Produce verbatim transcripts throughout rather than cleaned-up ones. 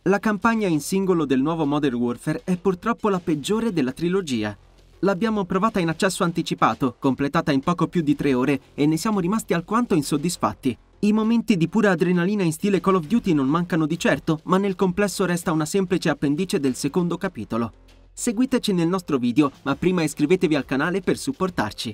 La campagna in singolo del nuovo Modern Warfare è purtroppo la peggiore della trilogia. L'abbiamo provata in accesso anticipato, completata in poco più di tre ore, e ne siamo rimasti alquanto insoddisfatti. I momenti di pura adrenalina in stile Call of Duty non mancano di certo, ma nel complesso resta una semplice appendice del secondo capitolo. Seguiteci nel nostro video, ma prima iscrivetevi al canale per supportarci.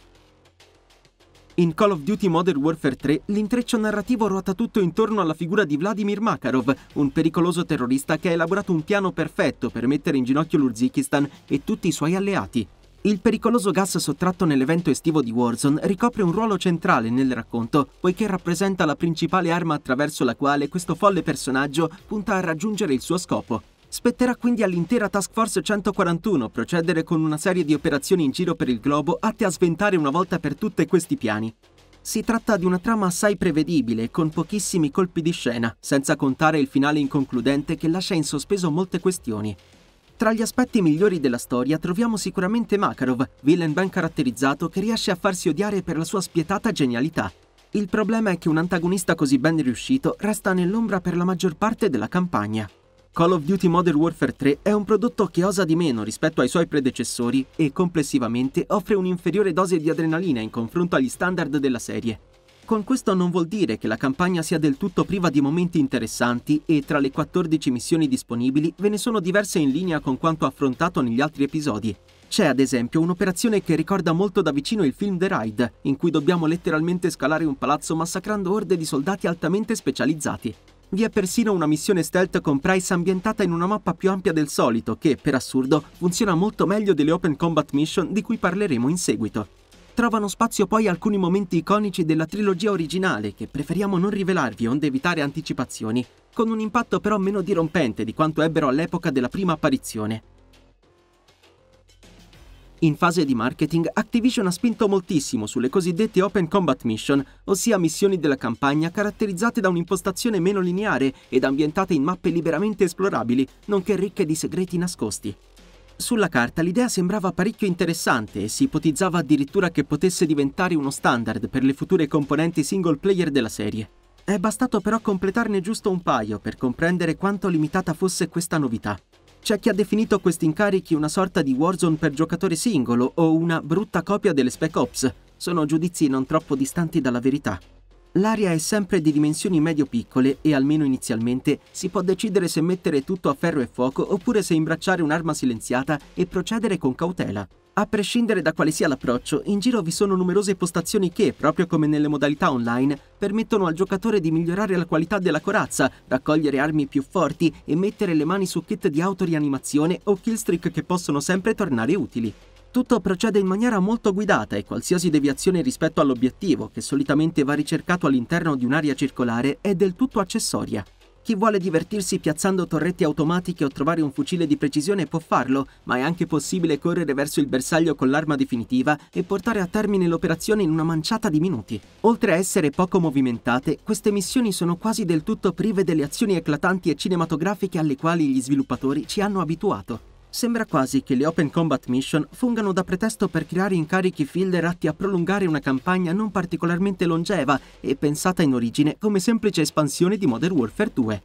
In Call of Duty Modern Warfare tre, l'intreccio narrativo ruota tutto intorno alla figura di Vladimir Makarov, un pericoloso terrorista che ha elaborato un piano perfetto per mettere in ginocchio l'Uzbekistan e tutti i suoi alleati. Il pericoloso gas sottratto nell'evento estivo di Warzone ricopre un ruolo centrale nel racconto, poiché rappresenta la principale arma attraverso la quale questo folle personaggio punta a raggiungere il suo scopo. Spetterà quindi all'intera Task Force centoquarantuno procedere con una serie di operazioni in giro per il globo atte a sventare una volta per tutte questi piani. Si tratta di una trama assai prevedibile, con pochissimi colpi di scena, senza contare il finale inconcludente che lascia in sospeso molte questioni. Tra gli aspetti migliori della storia troviamo sicuramente Makarov, villain ben caratterizzato che riesce a farsi odiare per la sua spietata genialità. Il problema è che un antagonista così ben riuscito resta nell'ombra per la maggior parte della campagna. Call of Duty Modern Warfare tre è un prodotto che osa di meno rispetto ai suoi predecessori e complessivamente offre un'inferiore dose di adrenalina in confronto agli standard della serie. Con questo non vuol dire che la campagna sia del tutto priva di momenti interessanti e tra le quattordici missioni disponibili ve ne sono diverse in linea con quanto affrontato negli altri episodi. C'è ad esempio un'operazione che ricorda molto da vicino il film The Raid, in cui dobbiamo letteralmente scalare un palazzo massacrando orde di soldati altamente specializzati. Vi è persino una missione stealth con Price ambientata in una mappa più ampia del solito che, per assurdo, funziona molto meglio delle Open Combat Mission di cui parleremo in seguito. Trovano spazio poi alcuni momenti iconici della trilogia originale che preferiamo non rivelarvi onde evitare anticipazioni, con un impatto però meno dirompente di quanto ebbero all'epoca della prima apparizione. In fase di marketing, Activision ha spinto moltissimo sulle cosiddette Open Combat Mission, ossia missioni della campagna caratterizzate da un'impostazione meno lineare ed ambientate in mappe liberamente esplorabili, nonché ricche di segreti nascosti. Sulla carta l'idea sembrava parecchio interessante e si ipotizzava addirittura che potesse diventare uno standard per le future componenti single player della serie. È bastato però completarne giusto un paio per comprendere quanto limitata fosse questa novità. C'è chi ha definito questi incarichi una sorta di Warzone per giocatore singolo o una brutta copia delle Spec Ops. Sono giudizi non troppo distanti dalla verità. L'area è sempre di dimensioni medio-piccole e, almeno inizialmente, si può decidere se mettere tutto a ferro e fuoco oppure se imbracciare un'arma silenziata e procedere con cautela. A prescindere da quale sia l'approccio, in giro vi sono numerose postazioni che, proprio come nelle modalità online, permettono al giocatore di migliorare la qualità della corazza, raccogliere armi più forti e mettere le mani su kit di autorianimazione o killstreak che possono sempre tornare utili. Tutto procede in maniera molto guidata e qualsiasi deviazione rispetto all'obiettivo, che solitamente va ricercato all'interno di un'area circolare, è del tutto accessoria. Chi vuole divertirsi piazzando torrette automatiche o trovare un fucile di precisione può farlo, ma è anche possibile correre verso il bersaglio con l'arma definitiva e portare a termine l'operazione in una manciata di minuti. Oltre a essere poco movimentate, queste missioni sono quasi del tutto prive delle azioni eclatanti e cinematografiche alle quali gli sviluppatori ci hanno abituato. Sembra quasi che le Open Combat Mission fungano da pretesto per creare incarichi filler atti a prolungare una campagna non particolarmente longeva e pensata in origine come semplice espansione di Modern Warfare due.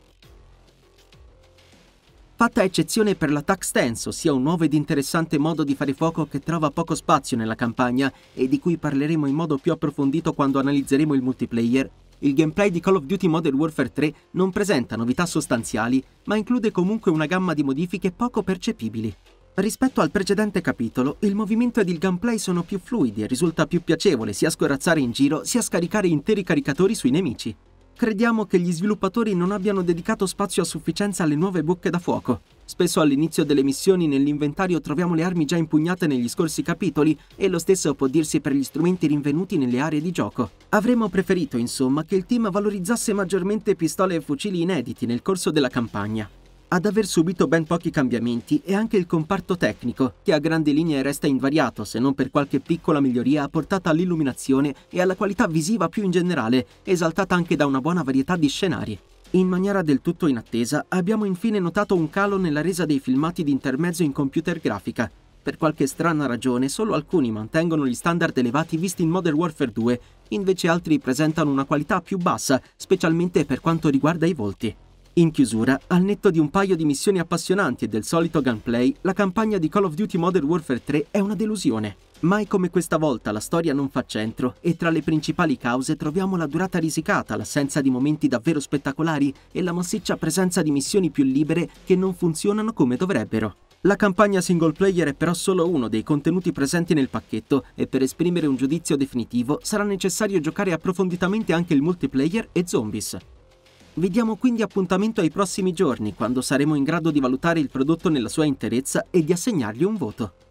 Fatta eccezione per l'attack stance, ossia un nuovo ed interessante modo di fare fuoco che trova poco spazio nella campagna e di cui parleremo in modo più approfondito quando analizzeremo il multiplayer, il gameplay di Call of Duty Modern Warfare tre non presenta novità sostanziali, ma include comunque una gamma di modifiche poco percepibili. Rispetto al precedente capitolo, il movimento ed il gameplay sono più fluidi e risulta più piacevole sia scorazzare in giro sia scaricare interi caricatori sui nemici. Crediamo che gli sviluppatori non abbiano dedicato spazio a sufficienza alle nuove bocche da fuoco. Spesso all'inizio delle missioni nell'inventario troviamo le armi già impugnate negli scorsi capitoli e lo stesso può dirsi per gli strumenti rinvenuti nelle aree di gioco. Avremmo preferito, insomma, che il team valorizzasse maggiormente pistole e fucili inediti nel corso della campagna. Ad aver subito ben pochi cambiamenti è anche il comparto tecnico, che a grandi linee resta invariato se non per qualche piccola miglioria apportata all'illuminazione e alla qualità visiva più in generale, esaltata anche da una buona varietà di scenari. In maniera del tutto inattesa, abbiamo infine notato un calo nella resa dei filmati di intermezzo in computer grafica. Per qualche strana ragione, solo alcuni mantengono gli standard elevati visti in Modern Warfare due, invece altri presentano una qualità più bassa, specialmente per quanto riguarda i volti. In chiusura, al netto di un paio di missioni appassionanti e del solito gunplay, la campagna di Call of Duty Modern Warfare tre è una delusione. Mai come questa volta la storia non fa centro e tra le principali cause troviamo la durata risicata, l'assenza di momenti davvero spettacolari e la massiccia presenza di missioni più libere che non funzionano come dovrebbero. La campagna single player è però solo uno dei contenuti presenti nel pacchetto e per esprimere un giudizio definitivo sarà necessario giocare approfonditamente anche il multiplayer e zombies. Vi diamo quindi appuntamento ai prossimi giorni, quando saremo in grado di valutare il prodotto nella sua interezza e di assegnargli un voto.